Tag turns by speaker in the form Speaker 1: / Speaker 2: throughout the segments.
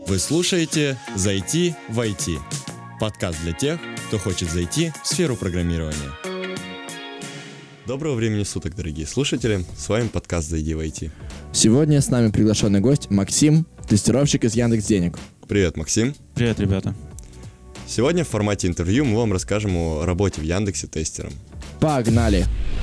Speaker 1: Вы слушаете «Зайти в IT» – подкаст для тех, кто хочет зайти в сферу программирования. Доброго времени суток, дорогие слушатели, с вами подкаст «Зайди в IT».
Speaker 2: Сегодня с нами приглашенный гость Максим, тестировщик из Яндекс.Денег.
Speaker 1: Привет, Максим.
Speaker 3: Привет, ребята.
Speaker 1: Сегодня в формате интервью мы вам расскажем о работе в Яндексе тестером.
Speaker 2: Погнали!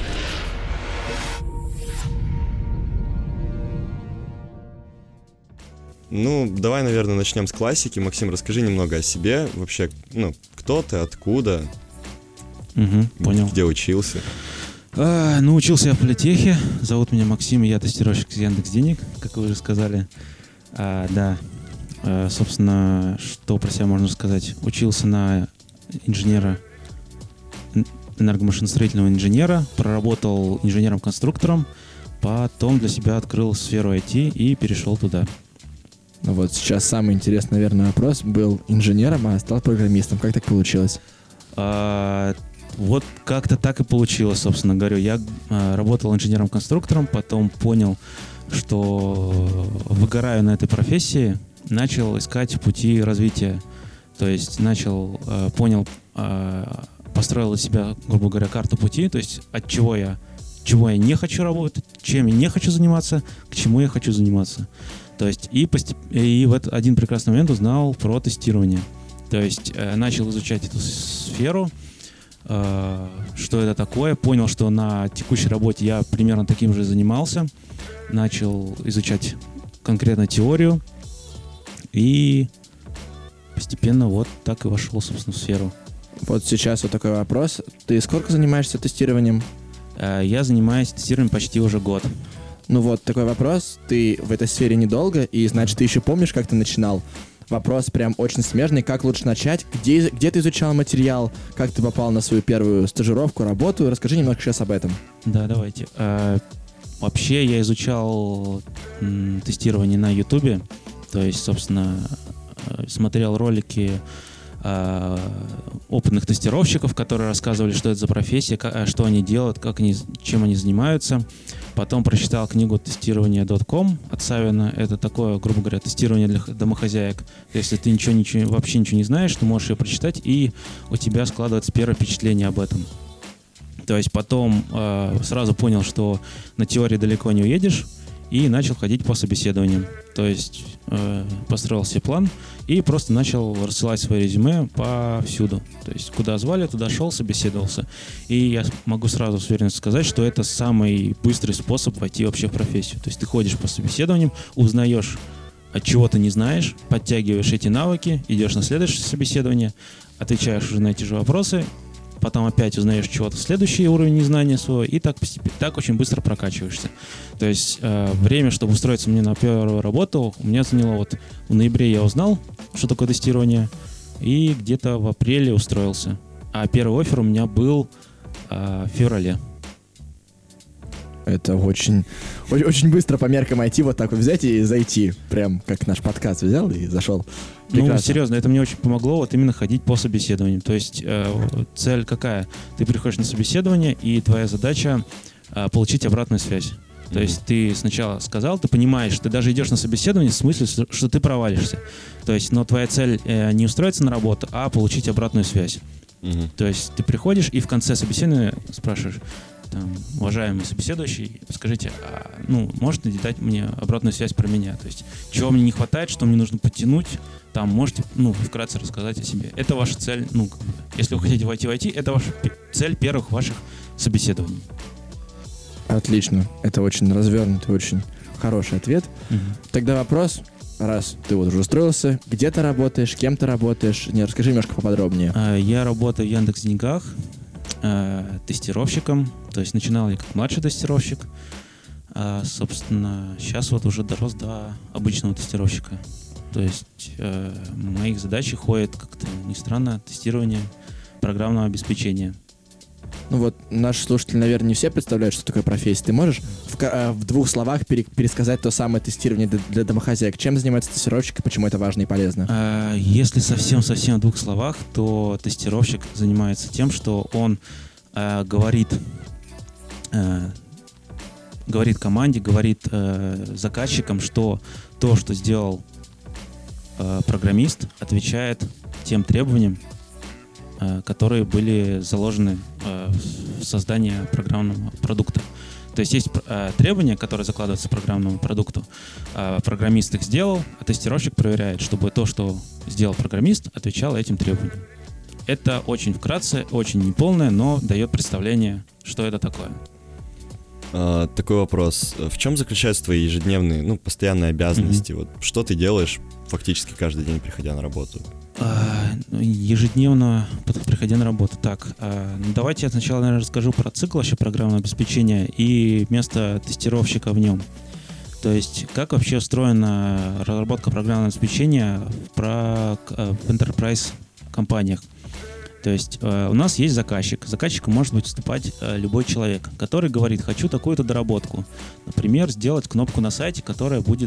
Speaker 1: Давай, наверное, начнем с классики. Максим, расскажи немного о себе. Вообще, кто ты, откуда?
Speaker 3: Понял.
Speaker 1: Где учился?
Speaker 3: Учился я в политехе. Зовут меня Максим, и я тестировщик из Яндекс.Денег, как вы уже сказали. Собственно, что про себя можно сказать? Учился на инженера, энергомашиностроительного инженера, проработал инженером-конструктором, потом для себя открыл сферу IT и перешел туда.
Speaker 2: Вот сейчас самый интересный, наверное, вопрос. Был инженером, а стал программистом. Как так получилось?
Speaker 3: Вот как-то так и получилось, собственно говоря. Я работал инженером-конструктором, потом понял, что выгораю на этой профессии, начал искать пути развития. То есть построил для себя, грубо говоря, карту пути, то есть от чего я не хочу работать, чем я не хочу заниматься, к чему я хочу заниматься. То есть и в этот один прекрасный момент узнал про тестирование. То есть начал изучать эту сферу, что это такое, понял, что на текущей работе я примерно таким же занимался, начал изучать конкретно теорию и постепенно вот так и вошел, собственно, в сферу.
Speaker 2: Вот сейчас вот такой вопрос. Ты сколько занимаешься тестированием?
Speaker 3: Я занимаюсь тестированием почти уже год.
Speaker 2: Такой вопрос. Ты в этой сфере недолго, и, значит, ты еще помнишь, как ты начинал? Вопрос прям очень смежный. Как лучше начать? Где ты изучал материал? Как ты попал на свою первую стажировку, работу? Расскажи немного сейчас об этом.
Speaker 3: Да, давайте. Вообще я изучал тестирование на Ютубе. То есть, собственно, смотрел ролики опытных тестировщиков, которые рассказывали, что это за профессия, что они делают, чем они занимаются. Потом прочитал книгу «Тестирование.com» от Савина. Это такое, грубо говоря, тестирование для домохозяек. Если ты вообще ничего не знаешь, ты можешь ее прочитать, и у тебя складывается первое впечатление об этом. То есть потом сразу понял, что на теории далеко не уедешь, и начал ходить по собеседованиям. То есть построил себе план и просто начал рассылать свои резюме повсюду. То есть куда звали, туда шел, собеседовался. И я могу сразу с уверенностью сказать, что это самый быстрый способ войти вообще в профессию. То есть ты ходишь по собеседованиям, узнаешь, от чего ты не знаешь, подтягиваешь эти навыки, идешь на следующее собеседование, отвечаешь уже на эти же вопросы, потом опять узнаешь чего-то следующий уровень незнания своего, и так постепенно, так очень быстро прокачиваешься. То есть время, чтобы устроиться мне на первую работу, у меня заняло в ноябре я узнал, что такое тестирование, и где-то в апреле устроился. А первый оффер у меня был в феврале.
Speaker 2: Это очень, очень быстро по меркам IT вот так вот взять и зайти. Прям как наш подкаст взял и зашел. Прекрасно.
Speaker 3: Серьезно, это мне очень помогло именно ходить по собеседованиям. То есть цель какая? Ты приходишь на собеседование, и твоя задача получить обратную связь. То есть ты сначала сказал, ты понимаешь, ты даже идешь на собеседование в смысле, что ты провалишься. То есть, но твоя цель не устроиться на работу, а получить обратную связь. То есть ты приходишь и в конце собеседования спрашиваешь: уважаемый собеседующий, скажите, можете дать мне обратную связь про меня? То есть, чего мне не хватает, что мне нужно подтянуть, можете, вкратце рассказать о себе. Это ваша цель, если вы хотите войти в IT, это ваша цель первых ваших собеседований.
Speaker 2: Отлично. Это очень развернутый, очень хороший ответ. Тогда вопрос, раз ты уже устроился, где ты работаешь, кем ты работаешь? Расскажи немножко поподробнее.
Speaker 3: Я работаю в Яндекс.Деньгах тестировщиком. То есть начинал я как младший тестировщик. Собственно, сейчас уже дорос до обычного тестировщика. То есть моих задач ходит, как-то не странно, тестирование программного обеспечения.
Speaker 2: Наши слушатели, наверное, не все представляют, что такое профессия. Ты можешь в двух словах пересказать то самое тестирование для домохозяек? Чем занимается тестировщик и почему это важно и полезно?
Speaker 3: Если совсем в двух словах, то тестировщик занимается тем, что он говорит команде, говорит заказчикам, что то, что сделал программист отвечает тем требованиям, которые были заложены в создание программного продукта. То есть есть требования, которые закладываются в программному продукту. Программист их сделал, а тестировщик проверяет, чтобы то, что сделал программист, отвечало этим требованиям. Это очень вкратце, очень неполное, но дает представление, что это такое.
Speaker 1: Такой вопрос. В чем заключаются твои ежедневные, постоянные обязанности? Вот что ты делаешь фактически каждый день, приходя на работу?
Speaker 3: Ежедневно, приходя на работу. Так, давайте я сначала, наверное, расскажу про цикл вообще программного обеспечения и место тестировщика в нем. То есть, как вообще устроена разработка программного обеспечения в enterprise компаниях. То есть у нас есть заказчик. Заказчиком может выступать любой человек, который говорит: хочу такую-то доработку. Например, сделать кнопку на сайте, которая будет,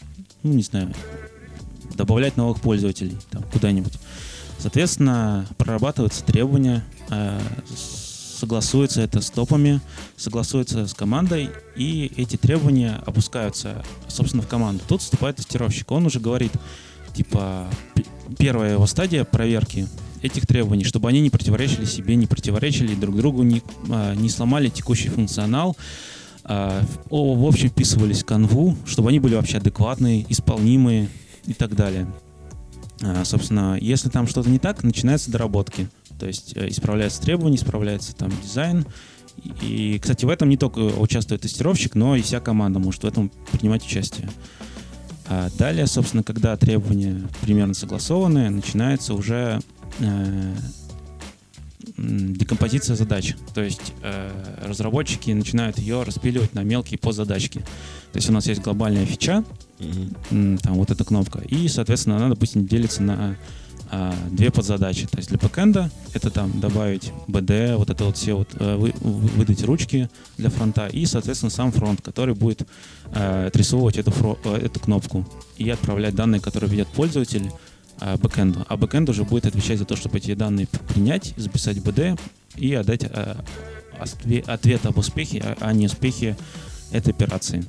Speaker 3: добавлять новых пользователей там, куда-нибудь. Соответственно, прорабатываются требования, согласуется это с топами, согласуется с командой, и эти требования опускаются, собственно, в команду. Тут вступает тестировщик. Он уже говорит, первая его стадия проверки этих требований, чтобы они не противоречили себе, не противоречили друг другу, не сломали текущий функционал, в общем, вписывались в канву, чтобы они были вообще адекватные, исполнимые и так далее. Собственно, если там что-то не так, начинаются доработки. То есть исправляются требования, исправляется там дизайн. И, кстати, в этом не только участвует тестировщик, но и вся команда может в этом принимать участие. А далее, собственно, когда требования примерно согласованы, начинается уже декомпозиция задач. То есть разработчики начинают ее распиливать на мелкие подзадачки. То есть у нас есть глобальная фича, там вот эта кнопка, и, соответственно, она, допустим, делится на две подзадачи. То есть для бэкэнда это там добавить BD, вот это вот все вот, выдать ручки для фронта, и, соответственно, сам фронт, который будет отрисовывать эту кнопку и отправлять данные, которые видят пользователь, бэкэнду. А бэкэнд уже будет отвечать за то, чтобы эти данные принять, записать в BD и отдать ответ об успехе, а не успехе этой операции.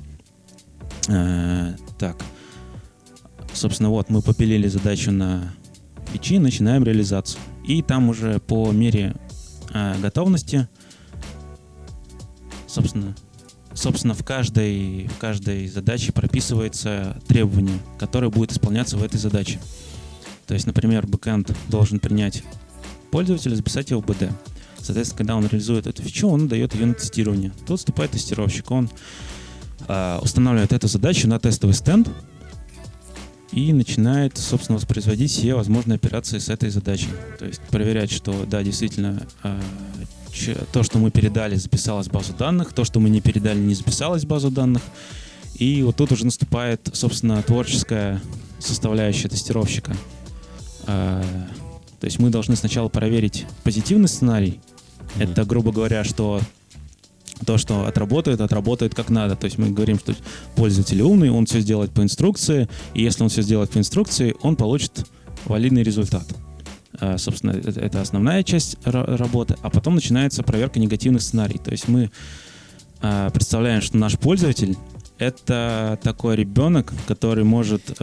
Speaker 3: Так. Собственно, вот мы попилили задачу на фичи, начинаем реализацию. И там уже по мере готовности, собственно, в каждой задаче прописывается требование, которое будет исполняться в этой задаче. То есть, например, бэкэнд должен принять пользователя, записать его в BD. Соответственно, когда он реализует эту фичу, он дает ее на тестирование. Тут вступает тестировщик, он устанавливает эту задачу на тестовый стенд и начинает, собственно, воспроизводить все возможные операции с этой задачей. То есть проверять, что, да, действительно, то, что мы передали, записалось в базу данных, то, что мы не передали, не записалось в базу данных. И вот тут уже наступает, собственно, творческая составляющая тестировщика. То есть мы должны сначала проверить позитивный сценарий. Это, грубо говоря, что то, что отработает как надо. То есть мы говорим, что пользователь умный, он все сделает по инструкции, и если он все сделает по инструкции, он получит валидный результат. Собственно, это основная часть работы. А потом начинается проверка негативных сценариев. То есть мы представляем, что наш пользователь — это такой ребенок, который может,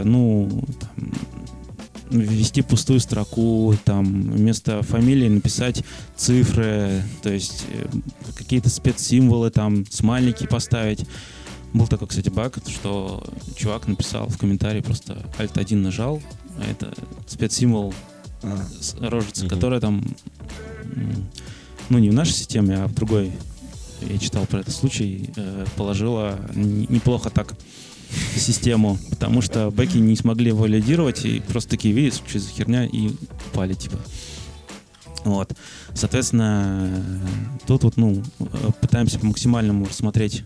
Speaker 3: ввести пустую строку, там, вместо фамилии написать цифры, то есть какие-то спецсимволы, там, смайлики поставить. Был такой, кстати, баг, что чувак написал в комментарии, просто Alt-1 нажал, а это спецсимвол рожицы, которая там, не в нашей системе, а в другой, я читал про этот случай, положила неплохо так систему, потому что бэки не смогли валидировать и просто такие, видишь, что за херня, и упали, типа. Вот. Соответственно, тут вот, пытаемся по максимальному рассмотреть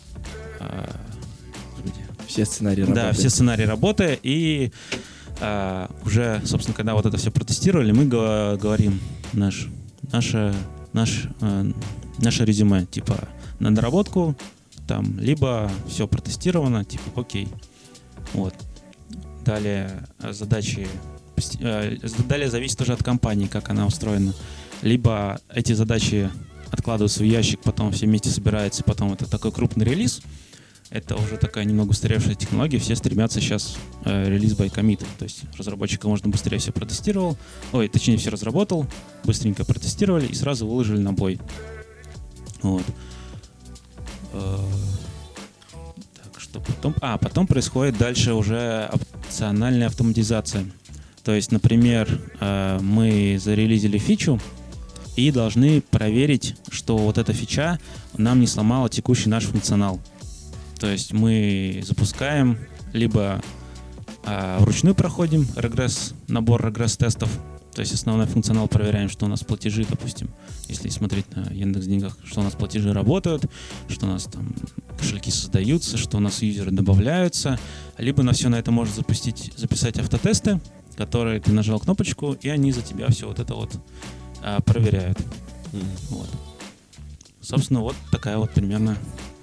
Speaker 2: все сценарии работы.
Speaker 3: Да, все сценарии работы, и уже, собственно, когда вот это все протестировали, мы говорим наше резюме, типа, на доработку, там, либо все протестировано, типа, окей. Вот. Далее далее зависит уже от компании, как она устроена. Либо эти задачи откладываются в ящик, потом все вместе собираются, потом это такой крупный релиз. это уже такая немного устаревшая технология, все стремятся сейчас релиз by commit, то есть разработчика можно быстрее все протестировал, точнее все разработал, быстренько протестировали и сразу выложили на бой. Вот. Так, что потом? Потом происходит дальше уже опциональная автоматизация. То есть, например, мы зарелизили фичу и должны проверить, что вот эта фича нам не сломала текущий наш функционал. То есть мы запускаем, либо вручную проходим набор регресс-тестов, то есть основной функционал проверяем, что у нас платежи, допустим, если смотреть на Яндекс.Деньгах, что у нас платежи работают, что у нас там кошельки создаются, что у нас юзеры добавляются, либо на все на это можно записать автотесты, которые ты нажал кнопочку, и они за тебя все вот это вот проверяют. Вот. Собственно, вот такая вот примерно.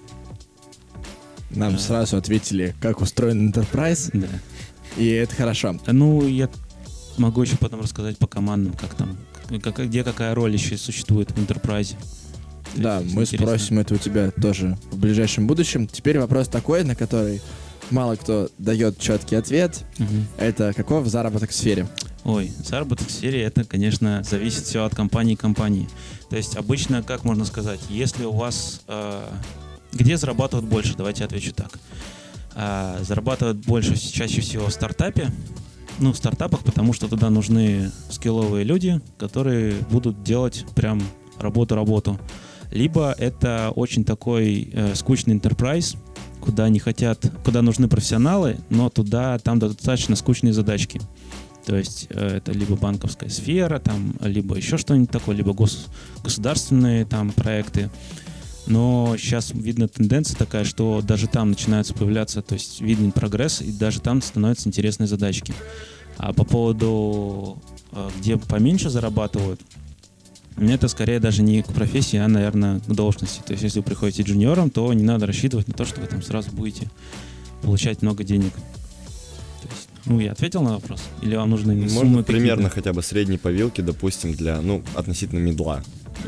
Speaker 2: Нам сразу ответили, как устроен Enterprise.
Speaker 3: Да.
Speaker 2: И это хорошо.
Speaker 3: Ну, я могу еще потом рассказать по командам, как там, где какая роль еще существует в Enterprise.
Speaker 2: Да, мы спросим это у тебя тоже в ближайшем будущем. Теперь вопрос такой, на который мало кто дает четкий ответ. Это каков заработок в сфере?
Speaker 3: Заработок в сфере, это, конечно, зависит все от компании к компании. То есть обычно, как можно сказать, если у вас... где зарабатывают больше? Давайте отвечу так. Зарабатывают больше чаще всего в стартапе. В стартапах, потому что туда нужны скилловые люди, которые будут делать прям работу. Либо это очень такой скучный enterprise, куда нужны профессионалы, но там достаточно скучные задачки. То есть это либо банковская сфера, там, либо еще что-нибудь такое, либо государственные там проекты. Но сейчас видна тенденция такая, что даже там начинаются появляться, то есть виден прогресс, и даже там становятся интересные задачки. А по поводу, где поменьше зарабатывают, это скорее даже не к профессии, а, наверное, к должности. То есть если вы приходите джуниором, то не надо рассчитывать на то, что вы там сразу будете получать много денег. То есть, я ответил на вопрос? Или вам нужны суммы какие-то?
Speaker 1: Можно примерно хотя бы средней по вилке, допустим, для, относительно мидла.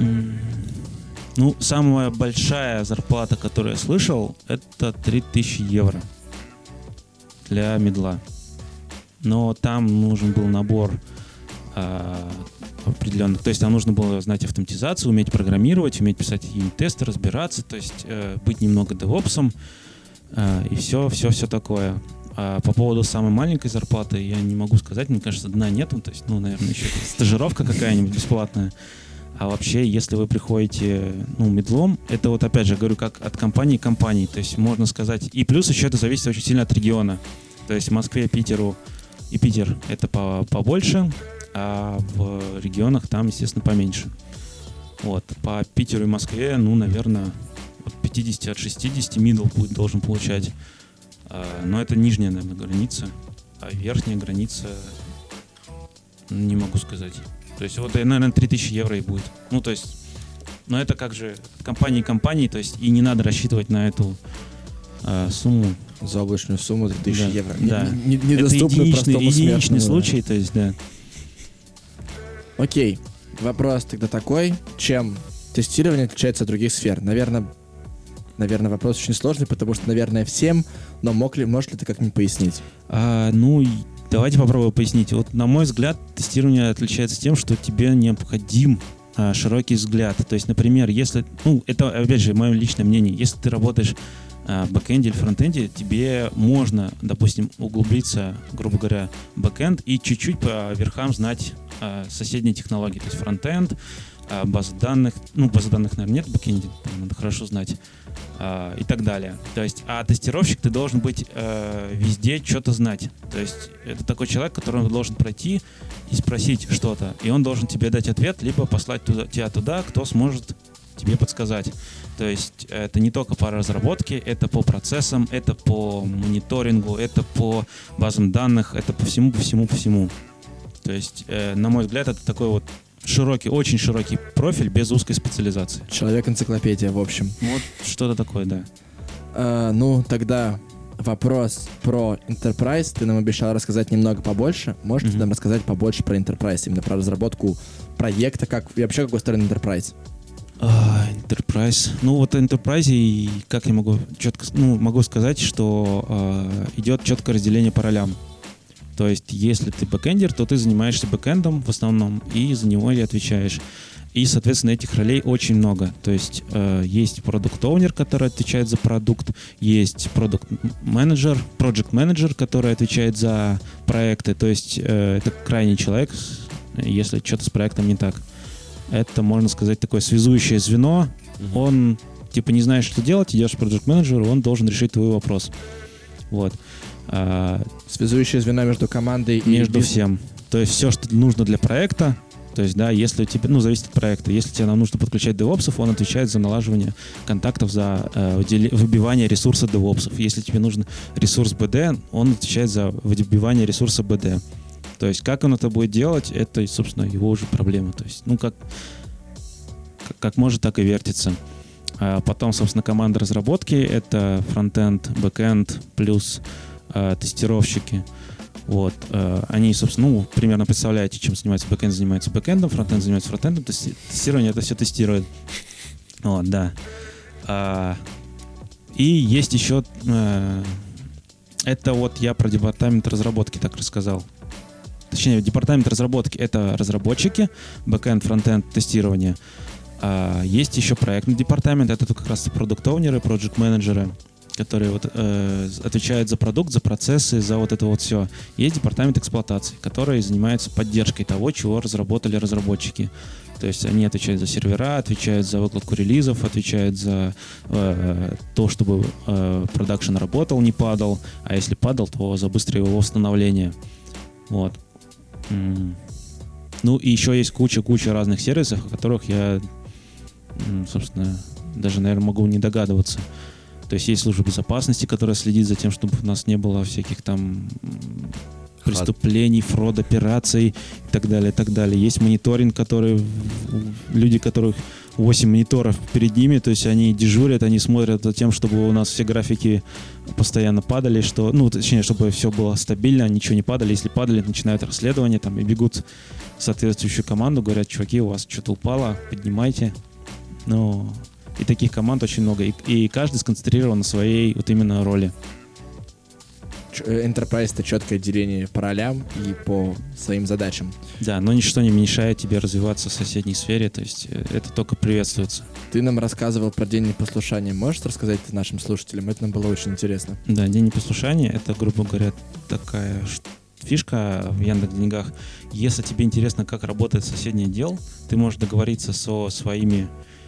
Speaker 3: Самая большая зарплата, которую я слышал, это 3000 евро для мидла. Но там нужен был набор определенных. То есть там нужно было знать автоматизацию, уметь программировать, уметь писать юнит-тесты, разбираться, то есть быть немного девопсом и все такое. По поводу самой маленькой зарплаты я не могу сказать, мне кажется, дна нету, то есть, наверное, еще стажировка какая-нибудь бесплатная. А вообще, если вы приходите, мидлом, это вот опять же говорю, как от компании к компании, то есть можно сказать, и плюс еще это зависит очень сильно от региона. То есть в Москве, Питер это побольше, а в регионах там, естественно, поменьше. Вот, по Питеру и Москве, наверное, от 50, от 60 мидл должен получать. Но это нижняя, наверное, граница, а верхняя граница не могу сказать. То есть вот, наверное, 3000 евро и будет. То есть, но это как же от компании к компании, то есть и не надо рассчитывать на эту сумму.
Speaker 2: Заоблачную сумму 3000 евро.
Speaker 3: Да.
Speaker 2: Недоступно простому
Speaker 3: единичный случай, то есть, да.
Speaker 2: Окей. Вопрос тогда такой, чем тестирование отличается от других сфер? Наверное, вопрос очень сложный, потому что, наверное, всем, но можешь ли ты как-нибудь пояснить?
Speaker 3: Давайте попробую пояснить. Вот, на мой взгляд, тестирование отличается тем, что тебе необходим широкий взгляд. То есть, например, если... это, опять же, мое личное мнение. Если ты работаешь в бэкэнде или фронтенде, тебе можно, допустим, углубиться, грубо говоря, в бэкэнд и чуть-чуть по верхам знать соседние технологии. То есть фронтенд, базы данных. Базы данных, наверное, нет в бэкэнде, надо хорошо знать. И так далее. То есть, а тестировщик, ты должен быть везде что-то знать. То есть это такой человек, которому должен пройти и спросить что-то. И он должен тебе дать ответ, либо послать тебя туда, кто сможет тебе подсказать. То есть это не только по разработке, это по процессам, это по мониторингу, это по базам данных, это по всему. То есть, на мой взгляд, это такой вот широкий, очень широкий профиль без узкой специализации.
Speaker 2: Человек-энциклопедия, в общем.
Speaker 3: Вот что-то такое, да.
Speaker 2: Тогда вопрос про Enterprise. Ты нам обещал рассказать немного побольше. Можешь нам рассказать побольше про Enterprise, именно про разработку проекта, как и вообще как устроен Enterprise?
Speaker 3: Enterprise. Ну, вот Enterprise, и как я могу четко, могу сказать, что идет четкое разделение по ролям. То есть, если ты бэкэндер, то ты занимаешься бэкэндом в основном, и за него и отвечаешь. И, соответственно, этих ролей очень много. То есть, есть продукт-оунер, который отвечает за продукт, есть продукт-менеджер, проект-менеджер, который отвечает за проекты. То есть, это крайний человек, если что-то с проектом не так. Это, можно сказать, такое связующее звено. Он, типа, не знаешь, что делать, идешь к проект-менеджеру, он должен решить твой вопрос. Вот.
Speaker 2: Связующее звено между командой и...
Speaker 3: Между всем. То есть все, что нужно для проекта, то есть, да, если у тебя, зависит от проекта, если тебе нам нужно подключать девопсов, он отвечает за налаживание контактов, за выбивание ресурса девопсов. Если тебе нужен ресурс БД, он отвечает за выбивание ресурса БД. То есть, как он это будет делать, это, собственно, его уже проблема. То есть, как может, так и вертится. А потом, собственно, команда разработки — это фронтенд, бэкенд плюс тестировщики. Вот. Они, собственно, примерно представляете, чем занимается бэкенд, занимается бэкендом, фронтенд занимается фронтендом, тестирование — это все тестирует. Вот, да. И есть еще... это вот я про департамент разработки так рассказал. Точнее, департамент разработки — это разработчики, бэкенд, фронтенд, тестирование. Есть еще проектный департамент, это как раз продукт-оунеры, проект-менеджеры, которые вот, отвечают за продукт, за процессы, за вот это вот все. Есть департамент эксплуатации, который занимается поддержкой того, чего разработали разработчики. То есть они отвечают за сервера, отвечают за выкладку релизов, отвечают за то, чтобы продакшн работал, не падал, а если падал, то за быстрое его восстановление. Вот. Ну и еще есть куча разных сервисов, о которых я, собственно, даже, наверное, могу не догадываться. То есть есть служба безопасности, которая следит за тем, чтобы у нас не было всяких там преступлений, фрод, операций и так далее, и так далее. Есть мониторинг, который люди, которых 8 мониторов перед ними, то есть они дежурят, они смотрят за тем, чтобы у нас все графики постоянно падали, точнее, чтобы все было стабильно, ничего не падали. Если падали, начинают расследование там и бегут в соответствующую команду, говорят: чуваки, у вас что-то упало, поднимайте. И таких команд очень много. И каждый сконцентрирован на своей вот именно роли.
Speaker 2: Enterprise — это четкое деление по ролям и по своим задачам.
Speaker 3: Да, но ничто не мешает тебе развиваться в соседней сфере, то есть это только приветствуется.
Speaker 2: Ты нам рассказывал про день непослушания. Можешь рассказать это нашим слушателям? Это нам было очень интересно.
Speaker 3: Да, день непослушания — это, грубо говоря, такая фишка в Яндекс.Деньгах. Если тебе интересно, как работает соседний отдел, ты можешь договориться со своими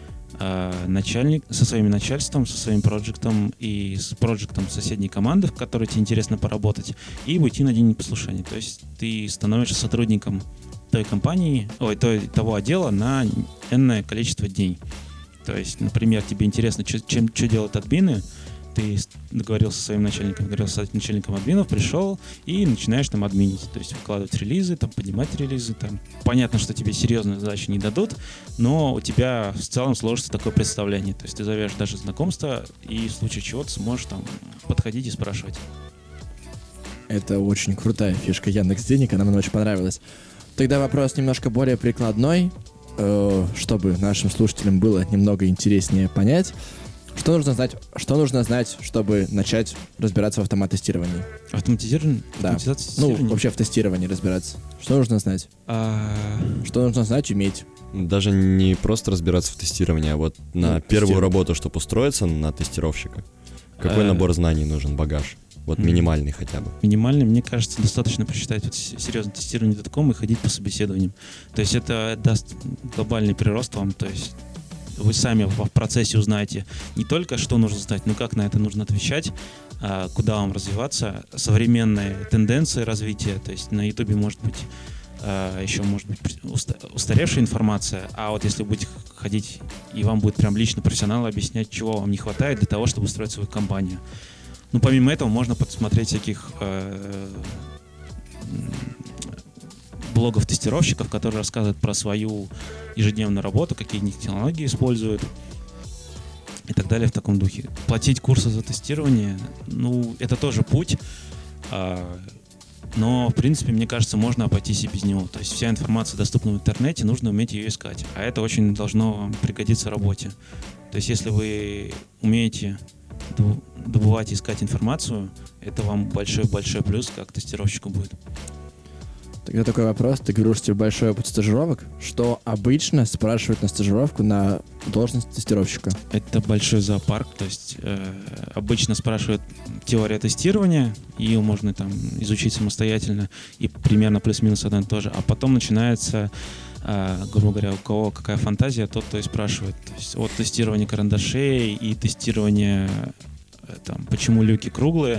Speaker 3: со своим начальством, со своим проектом и с проектом соседней команды, в которой тебе интересно поработать, и уйти на день непослушания. То есть ты становишься сотрудником той компании, того отдела на энное количество дней. То есть, например, тебе интересно, что делают админы, ты договорился со своим начальником, договорился с начальником админов, пришел и начинаешь там админить, то есть выкладывать релизы, там, поднимать релизы. Там. Понятно, что тебе серьезные задачи не дадут, но у тебя в целом сложится такое представление. То есть ты зовешь даже знакомство, и в случае чего ты сможешь там подходить и спрашивать.
Speaker 2: Это очень крутая фишка Яндекс.Денег, она мне очень понравилась. Тогда вопрос немножко более прикладной, чтобы нашим слушателям было немного интереснее понять. Что нужно знать, чтобы начать разбираться в автомат-тестировании?
Speaker 3: Автоматизирование?
Speaker 2: Да. Вообще в тестировании разбираться. Что нужно знать? Что нужно знать, уметь?
Speaker 1: Даже не просто разбираться в тестировании, а вот на первую работу, чтобы устроиться на тестировщика. Какой набор знаний нужен, багаж? Вот минимальный хотя бы.
Speaker 3: Минимальный, мне кажется, достаточно прочитать серьезно тестирование.com и ходить по собеседованиям. То есть это даст глобальный прирост вам, то есть вы сами в процессе узнаете не только, что нужно знать, но как на это нужно отвечать, куда вам развиваться, современные тенденции развития. То есть на YouTube может быть еще может быть устаревшая информация, а вот если вы будете ходить, и вам будет прям лично профессионал объяснять, чего вам не хватает для того, чтобы устроить свою компанию. Ну, помимо этого, можно подсмотреть всяких блогов тестировщиков, которые рассказывают про свою ежедневную работу, какие они технологии используют и так далее в таком духе. Платить курсы за тестирование, ну, это тоже путь. Но, в принципе, мне кажется, можно обойтись и без него. То есть вся информация доступна в интернете, нужно уметь ее искать. А это очень должно вам пригодиться в работе. То есть если вы умеете добывать и искать информацию, это вам большой-большой плюс как тестировщику будет.
Speaker 2: Тогда такой вопрос. Ты говорил, что у тебя большой опыт стажировок. Что обычно спрашивают на стажировку на должность тестировщика?
Speaker 3: Это большой зоопарк. То есть обычно спрашивают теория тестирования, ее можно там изучить самостоятельно, и примерно плюс-минус одно и то же. А потом начинается, грубо говоря, у кого какая фантазия, тот, кто и спрашивает. То есть от тестирования карандашей и тестирования там, почему люки круглые,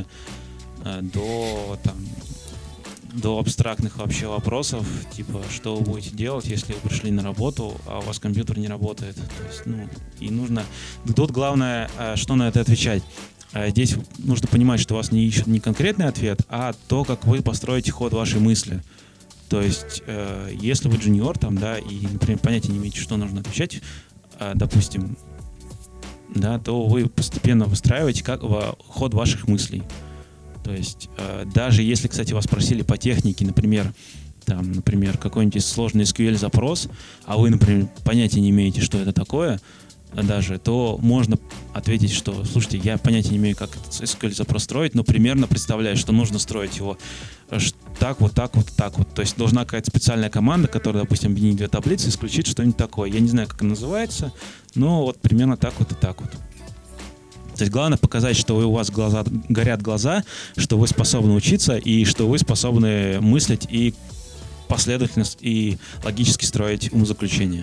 Speaker 3: до абстрактных вообще вопросов, типа, что вы будете делать, если вы пришли на работу, а у вас компьютер не работает. То есть, и нужно... Тут главное, что на это отвечать. Здесь нужно понимать, что вас не ищут не конкретный ответ, а то, как вы построите ход вашей мысли. То есть, если вы джуниор, там, да, и, например, понятия не имеете, что нужно отвечать, допустим, да, то вы постепенно выстраиваете ход ваших мыслей. То есть даже если, кстати, вас спросили по технике, например, какой-нибудь сложный SQL-запрос, а вы, например, понятия не имеете, что это такое, даже, то можно ответить, что, слушайте, я понятия не имею, как этот SQL-запрос строить, но примерно представляю, что нужно строить его так вот. То есть должна какая-то специальная команда, которая, допустим, объединит две таблицы, исключит что-нибудь такое. Я не знаю, как это называется, но вот примерно так вот и так вот. То есть главное показать, что у вас горят глаза, что вы способны учиться и что вы способны мыслить и последовательно и логически строить умозаключения.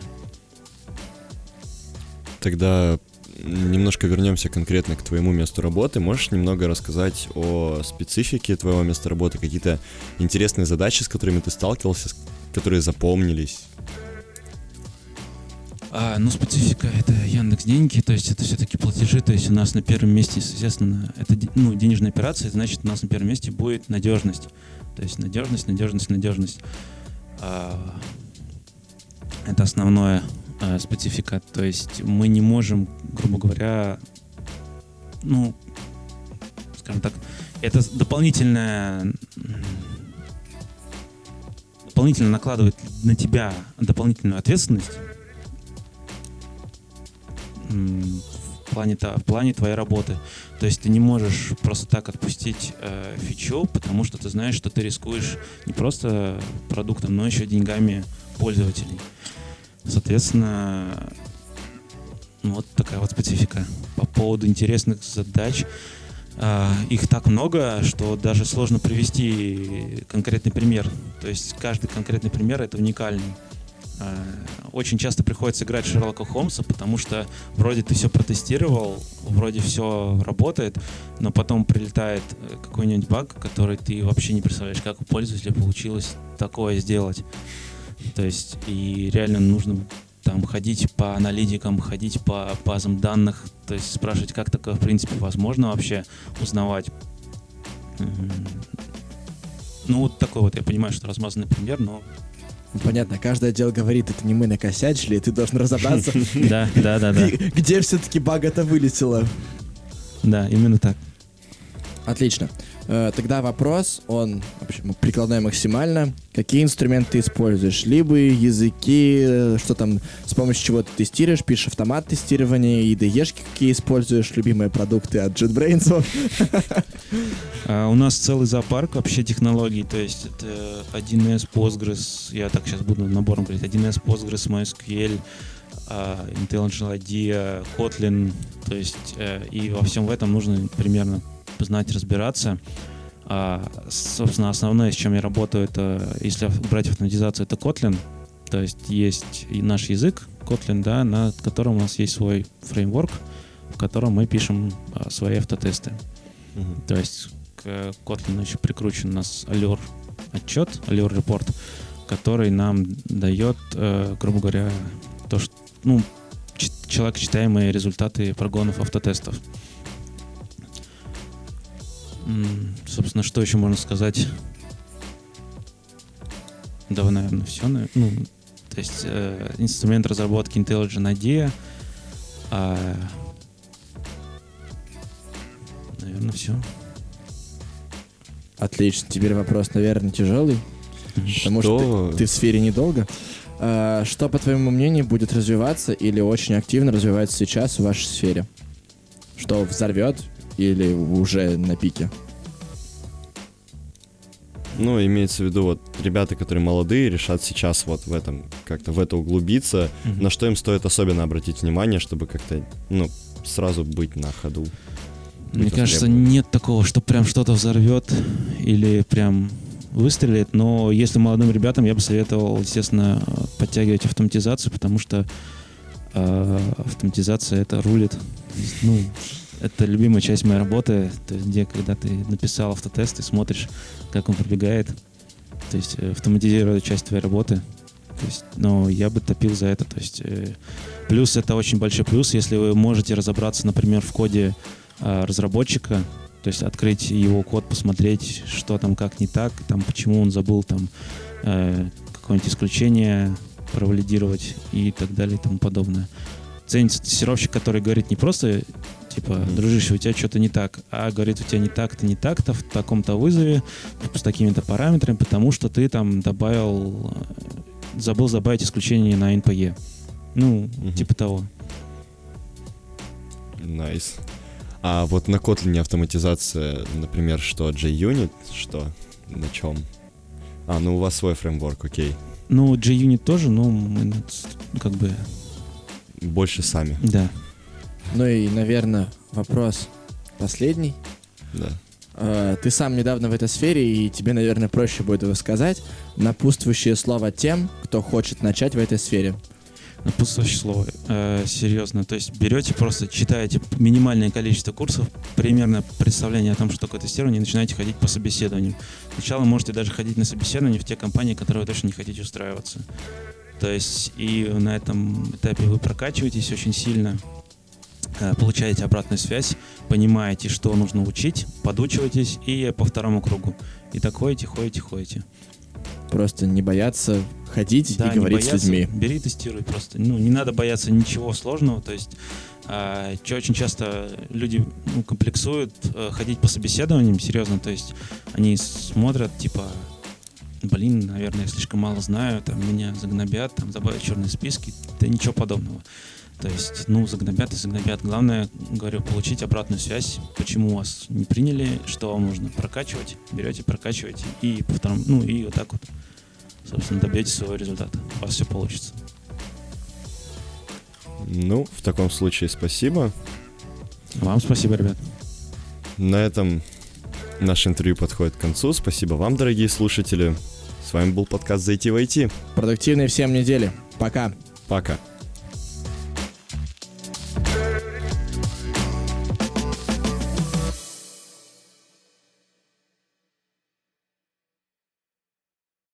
Speaker 1: Тогда немножко вернемся конкретно к твоему месту работы. Можешь немного рассказать о специфике твоего места работы, какие-то интересные задачи, с которыми ты сталкивался, которые запомнились?
Speaker 3: Специфика — это Яндекс.Деньги, то есть это все-таки платежи, то есть у нас на первом месте, естественно, это денежные операции, значит, у нас на первом месте будет надежность. То есть надежность. Это основная специфика, то есть мы не можем, грубо говоря, скажем так, это дополнительно накладывает на тебя дополнительную ответственность, в плане твоей работы. То есть ты не можешь просто так отпустить фичу, потому что ты знаешь, что ты рискуешь не просто продуктом, но еще деньгами пользователей. Соответственно, вот такая вот специфика. По поводу интересных задач, их так много, что даже сложно привести конкретный пример. То есть каждый конкретный пример — это уникальный. Очень часто приходится играть в Шерлока Холмса, потому что вроде ты все протестировал, вроде все работает, но потом прилетает какой-нибудь баг, который ты вообще не представляешь, как у пользователя получилось такое сделать. То есть и реально нужно там ходить по аналитикам, ходить по базам данных, то есть спрашивать, как такое в принципе возможно вообще узнавать. Вот такой вот, я понимаю, что размазанный пример, но...
Speaker 2: Понятно, каждый отдел говорит, это не мы накосячили, и ты должен разобраться,
Speaker 3: Да.
Speaker 2: где все-таки баг-то вылетело.
Speaker 3: Да, именно так.
Speaker 2: Отлично. Тогда вопрос, он вообще прикладной максимально. Какие инструменты ты используешь? Либо языки, что там, с помощью чего ты тестируешь, пишешь автомат тестирования, IDE-шки какие используешь, любимые продукты от JetBrains.
Speaker 3: У нас целый зоопарк вообще технологий, то есть это 1С, Postgres, я так сейчас буду набором говорить, 1С, Postgres, MySQL, IntelliJ IDEA, Kotlin, то есть и во всем этом нужно примерно знать, разбираться. Собственно, основное, с чем я работаю, это, если брать автоматизацию, это Kotlin. То есть есть и наш язык Kotlin, да, на котором у нас есть свой фреймворк, в котором мы пишем свои автотесты. То есть к Kotlin еще прикручен у нас Allure отчет, Allure Report, который нам дает, грубо говоря, то, что, человекочитаемые результаты прогонов автотестов. Собственно, что еще можно сказать? Да, наверное, все. То есть инструмент разработки IntelliJ IDEA. Наверное, все.
Speaker 2: Отлично. Теперь вопрос, наверное, тяжелый, потому что ты в сфере недолго. Что, по твоему мнению, будет развиваться или очень активно развивается сейчас в вашей сфере? Что взорвет или уже на пике?
Speaker 1: Ну, имеется в виду, вот, ребята, которые молодые, решат сейчас вот в этом, как-то в это углубиться, на что им стоит особенно обратить внимание, чтобы как-то, ну, сразу быть на ходу.
Speaker 3: Мне кажется, нет такого, что прям что-то взорвет или прям выстрелит, но если молодым ребятам, я бы советовал, естественно, подтягивать автоматизацию, потому что автоматизация это рулит. Ну, это любимая часть моей работы, то есть, где, когда ты написал автотест, ты смотришь, как он пробегает, то есть автоматизирует часть твоей работы. То есть, но я бы топил за это. То есть, плюс это очень большой плюс, если вы можете разобраться, например, в коде разработчика, то есть открыть его код, посмотреть, что там как не так, там, почему он забыл там какое-нибудь исключение провалидировать и так далее и тому подобное. Ценится тестировщик, который говорит не просто типа, дружище, у тебя что-то не так, а говорит, у тебя не так-то, не так-то, в таком-то вызове, с такими-то параметрами, потому что ты там забыл добавить исключение на NPE. Ну, типа того.
Speaker 1: Nice. А вот на Kotlin автоматизация, например, что, JUnit, что, на чем? Ну у вас свой фреймворк, окей.
Speaker 3: Ну, JUnit тоже, но мы как бы...
Speaker 1: Больше сами.
Speaker 3: Да.
Speaker 2: Ну и, наверное, вопрос последний.
Speaker 1: Да.
Speaker 2: Ты сам недавно в этой сфере, и тебе, наверное, проще будет его сказать. Напутствующее слово тем, кто хочет начать в этой сфере.
Speaker 3: Напутствующее слово. Серьезно. То есть берете, просто читаете минимальное количество курсов, примерно представление о том, что такое тестирование, и начинаете ходить по собеседованиям. Сначала можете даже ходить на собеседование в те компании, в которые вы точно не хотите устраиваться. То есть и на этом этапе вы прокачиваетесь очень сильно, получаете обратную связь, понимаете, что нужно учить, подучиваетесь и по второму кругу. И так ходите.
Speaker 2: Просто не бояться ходить и говорить с людьми.
Speaker 3: Бери, тестируй просто. Ну, не надо бояться ничего сложного. То есть очень часто люди комплексуют ходить по собеседованиям, серьезно. То есть они смотрят, типа, блин, наверное, я слишком мало знаю, там меня загнобят, там добавят черные списки. Да ничего подобного. То есть, загнобят и загнобят. Главное, говорю, получить обратную связь, почему вас не приняли, что вам нужно прокачивать. Берете, прокачиваете и по второму, и вот так вот, собственно, добьетесь своего результата. У вас все получится.
Speaker 1: Ну, в таком случае спасибо.
Speaker 3: Вам спасибо, ребят.
Speaker 1: На этом наше интервью подходит к концу. Спасибо вам, дорогие слушатели. С вами был подкаст «Зайти в IT».
Speaker 2: Продуктивной всем недели. Пока.
Speaker 1: Пока.